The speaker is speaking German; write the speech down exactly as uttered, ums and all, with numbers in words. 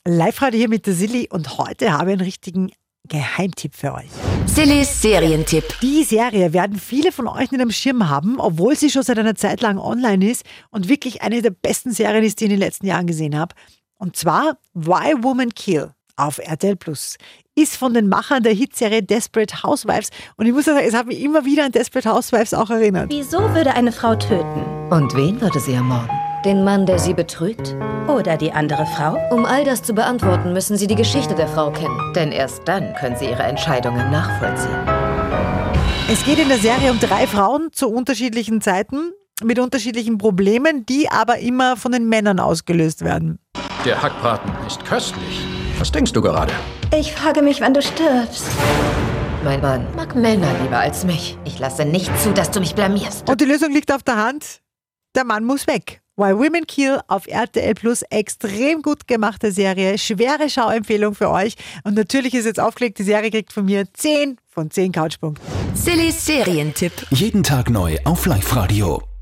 Live-Radio hier mit der Silly und heute habe ich einen richtigen Geheimtipp für euch. Sillys Serientipp. Die Serie werden viele von euch nicht am Schirm haben, obwohl sie schon seit einer Zeit lang online ist und wirklich eine der besten Serien ist, die ich in den letzten Jahren gesehen habe. Und zwar Why Women Kill auf R T L Plus. Ist von den Machern der Hitserie Desperate Housewives und ich muss sagen, es hat mich immer wieder an Desperate Housewives auch erinnert. Wieso würde eine Frau töten? Und wen würde sie ermorden? Den Mann, der sie betrügt? Oder die andere Frau? Um all das zu beantworten, müssen Sie die Geschichte der Frau kennen. Denn erst dann können Sie Ihre Entscheidungen nachvollziehen. Es geht in der Serie um drei Frauen zu unterschiedlichen Zeiten mit unterschiedlichen Problemen, die aber immer von den Männern ausgelöst werden. Der Hackbraten ist köstlich. Was denkst du gerade? Ich frage mich, wann du stirbst. Mein Mann mag Männer lieber als mich. Ich lasse nicht zu, dass du mich blamierst. Und die Lösung liegt auf der Hand. Der Mann muss weg. Why Women Kill auf R T L Plus. Extrem gut gemachte Serie. Schwere Schauempfehlung für euch. Und natürlich ist jetzt aufgelegt, die Serie kriegt von mir zehn von zehn Couchpunkten. Sillys Serientipp. Jeden Tag neu auf Live-Radio.